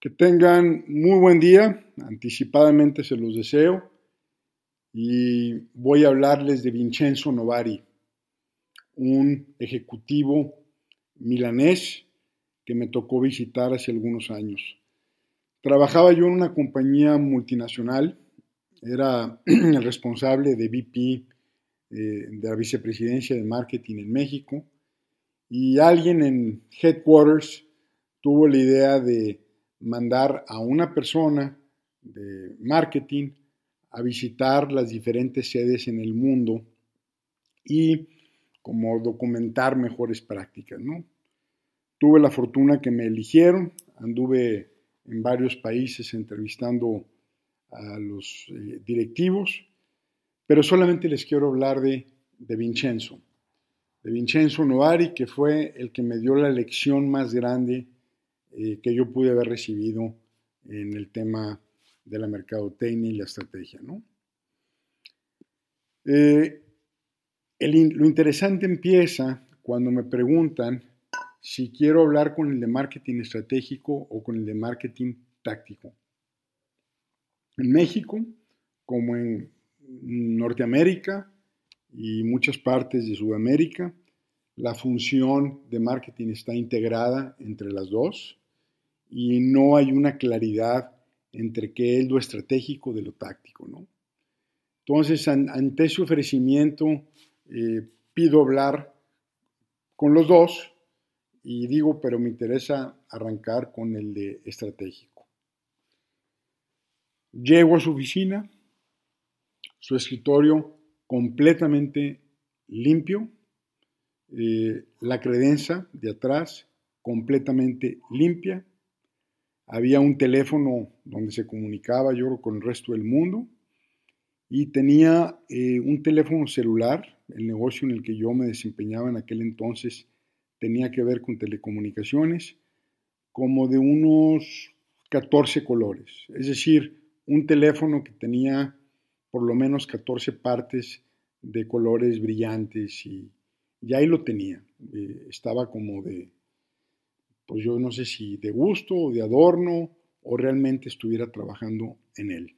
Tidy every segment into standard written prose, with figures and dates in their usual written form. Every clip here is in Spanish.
Que tengan muy buen día, anticipadamente se los deseo y voy a hablarles de Vincenzo Novari, un ejecutivo milanés que me tocó visitar hace algunos años. Trabajaba yo en una compañía multinacional, era el responsable de VP de la vicepresidencia de marketing en México y alguien en Headquarters tuvo la idea de mandar a una persona de marketing a visitar las diferentes sedes en el mundo y como documentar mejores prácticas, ¿no? Tuve la fortuna que me eligieron, anduve en varios países entrevistando a los directivos, pero solamente les quiero hablar de Vincenzo Novari, que fue el que me dio la lección más grande que yo pude haber recibido en el tema de la mercadotecnia y la estrategia, ¿no? Lo interesante empieza cuando me preguntan si quiero hablar con el de marketing estratégico o con el de marketing táctico. En México, como en Norteamérica y muchas partes de Sudamérica, la función de marketing está integrada entre las dos y no hay una claridad entre qué es lo estratégico de lo táctico, ¿no? Entonces, ante ese ofrecimiento, pido hablar con los dos y digo, pero me interesa arrancar con el de estratégico. Llego a su oficina, su escritorio completamente limpio, la credenza de atrás completamente limpia. Había un teléfono donde se comunicaba yo con el resto del mundo y tenía un teléfono celular. El negocio en el que yo me desempeñaba en aquel entonces tenía que ver con telecomunicaciones, como de unos 14 colores. Es decir, un teléfono que tenía por lo menos 14 partes de colores brillantes y ahí lo tenía. Estaba como pues yo no sé si de gusto o de adorno o realmente estuviera trabajando en él.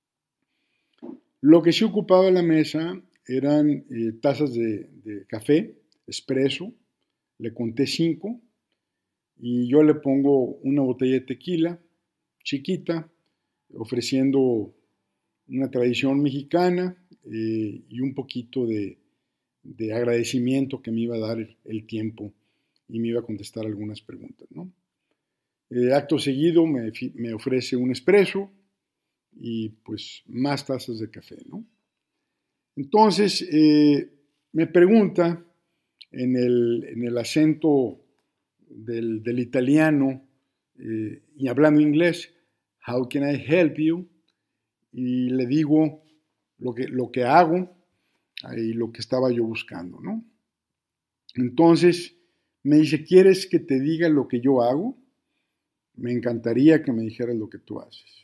Lo que sí ocupaba la mesa eran tazas de café, espresso, le conté 5 y yo le pongo una botella de tequila chiquita, ofreciendo una tradición mexicana y un poquito de agradecimiento que me iba a dar el tiempo y me iba a contestar algunas preguntas, ¿no? Acto seguido me ofrece un espresso y pues más tazas de café, ¿no? Entonces me pregunta en el acento del italiano y hablando inglés, how can I help you? Y le digo lo que hago y lo que estaba yo buscando, ¿no? Entonces me dice, ¿quieres que te diga lo que yo hago? Me encantaría que me dijeras lo que tú haces.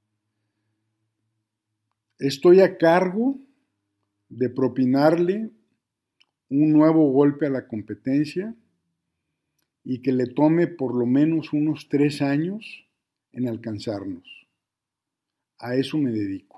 Estoy a cargo de propinarle un nuevo golpe a la competencia y que le tome por lo menos unos 3 años en alcanzarnos. A eso me dedico.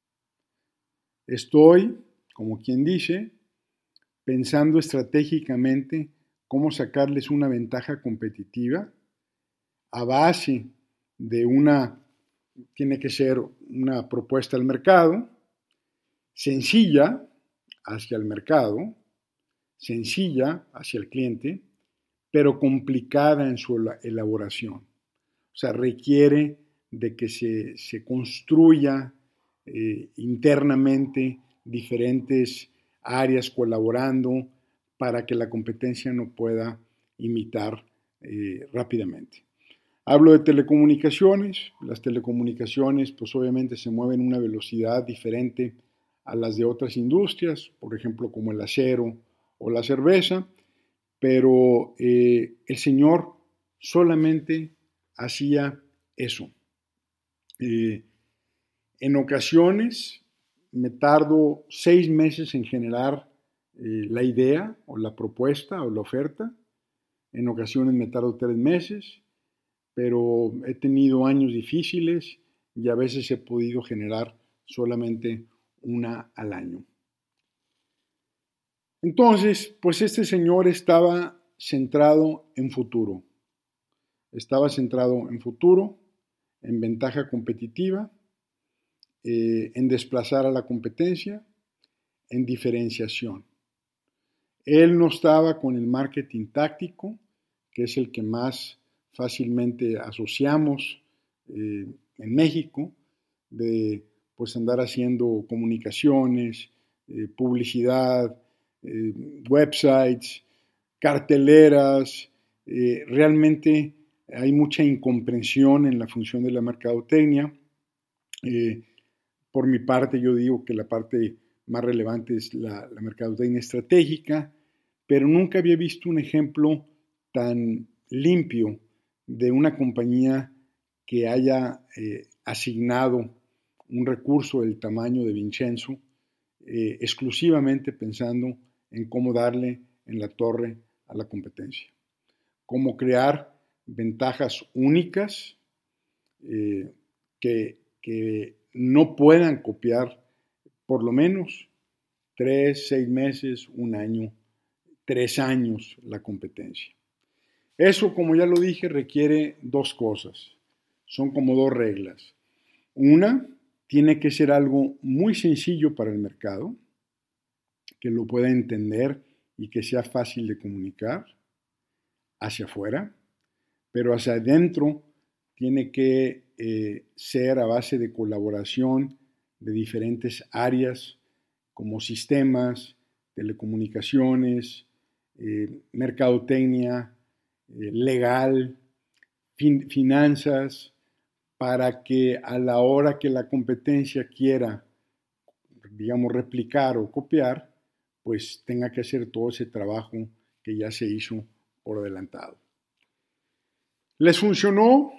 Estoy, como quien dice, pensando estratégicamente cómo sacarles una ventaja competitiva a base de tiene que ser una propuesta al mercado, sencilla hacia el mercado, sencilla hacia el cliente, pero complicada en su elaboración. O sea, requiere de que se construya internamente diferentes áreas colaborando para que la competencia no pueda imitar rápidamente. Hablo de telecomunicaciones. Las telecomunicaciones pues obviamente se mueven a una velocidad diferente a las de otras industrias, por ejemplo como el acero o la cerveza, pero el señor solamente hacía eso. En ocasiones me tardo 6 meses en generar la idea o la propuesta o la oferta. En ocasiones me tardo 3 meses. pero he tenido años difíciles y a veces he podido generar solamente una al año. Entonces, pues este señor estaba centrado en futuro. Estaba centrado en futuro, en ventaja competitiva, en desplazar a la competencia, en diferenciación. Él no estaba con el marketing táctico, que es el que más fácilmente asociamos en México, de pues andar haciendo comunicaciones, publicidad, websites, carteleras. Realmente hay mucha incomprensión en la función de la mercadotecnia. Por mi parte, yo digo que la parte más relevante es la mercadotecnia estratégica, pero nunca había visto un ejemplo tan limpio de una compañía que haya asignado un recurso del tamaño de Vincenzo exclusivamente pensando en cómo darle en la torre a la competencia, cómo crear ventajas únicas que no puedan copiar por lo menos 3, 6 meses, un año, 3 años la competencia. Eso, como ya lo dije, requiere dos cosas. Son como dos reglas. Una, tiene que ser algo muy sencillo para el mercado, que lo pueda entender y que sea fácil de comunicar hacia afuera, pero hacia adentro tiene que ser a base de colaboración de diferentes áreas como sistemas, telecomunicaciones, mercadotecnia, legal, finanzas, para que a la hora que la competencia quiera, digamos, replicar o copiar, pues tenga que hacer todo ese trabajo que ya se hizo por adelantado. Les funcionó,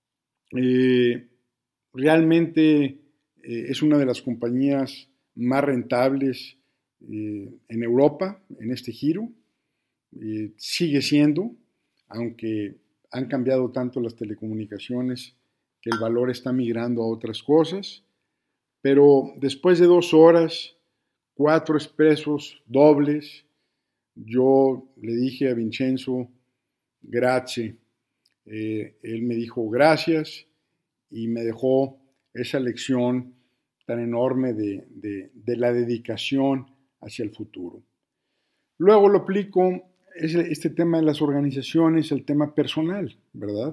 realmente es una de las compañías más rentables en Europa en este giro, sigue siendo, aunque han cambiado tanto las telecomunicaciones que el valor está migrando a otras cosas, pero después de 2 horas, 4 expresos dobles, yo le dije a Vincenzo, grazie. Él me dijo gracias y me dejó esa lección tan enorme de la dedicación hacia el futuro. Luego lo aplico este tema de las organizaciones, el tema personal, ¿verdad?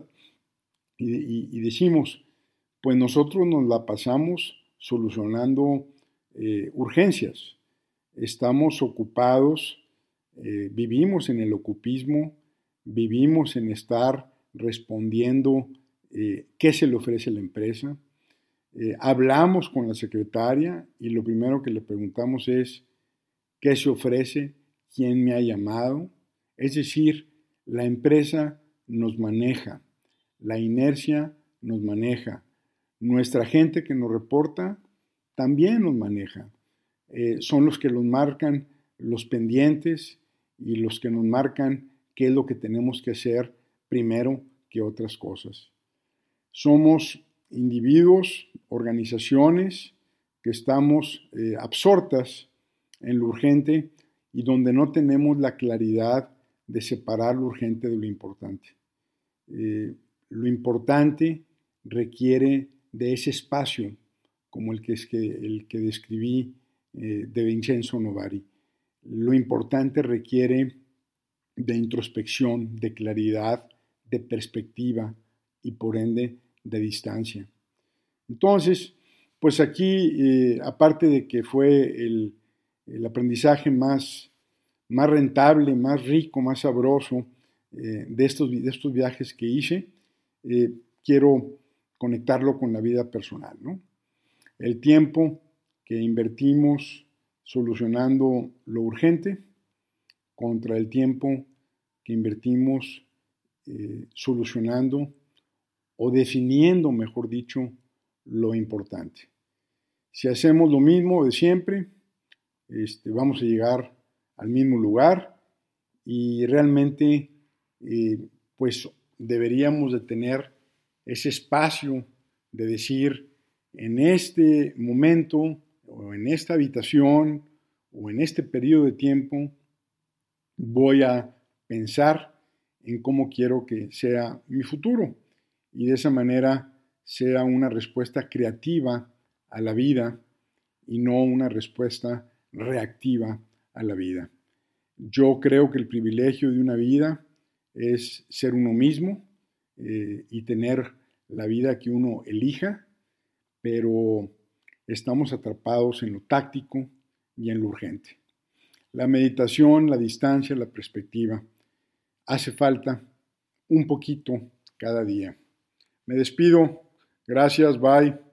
Y decimos, pues nosotros nos la pasamos solucionando urgencias. Estamos ocupados, vivimos en el ocupismo, vivimos en estar respondiendo qué se le ofrece a la empresa. Hablamos con la secretaria y lo primero que le preguntamos es qué se ofrece, quién me ha llamado. Es decir, la empresa nos maneja, la inercia nos maneja, nuestra gente que nos reporta también nos maneja. Son los que nos marcan los pendientes y los que nos marcan qué es lo que tenemos que hacer primero que otras cosas. Somos individuos, organizaciones que estamos absortas en lo urgente y donde no tenemos la claridad de separar lo urgente de lo importante. Lo importante requiere de ese espacio como el que describí de Vincenzo Novari. Lo importante requiere de introspección, de claridad, de perspectiva y por ende de distancia. Entonces, pues aquí, aparte de que fue el aprendizaje más rentable, más rico, más sabroso de estos viajes que hice, quiero conectarlo con la vida personal, ¿no? El tiempo que invertimos solucionando lo urgente contra el tiempo que invertimos solucionando o definiendo, mejor dicho, lo importante. Si hacemos lo mismo de siempre, vamos a llegar al mismo lugar y realmente pues deberíamos de tener ese espacio de decir, en este momento, o en esta habitación, o en este periodo de tiempo, voy a pensar en cómo quiero que sea mi futuro. Y de esa manera sea una respuesta creativa a la vida y no una respuesta reactiva a la vida. Yo creo que el privilegio de una vida es ser uno mismo y tener la vida que uno elija, pero estamos atrapados en lo táctico y en lo urgente. La meditación, la distancia, la perspectiva, hace falta un poquito cada día. Me despido. Gracias, bye.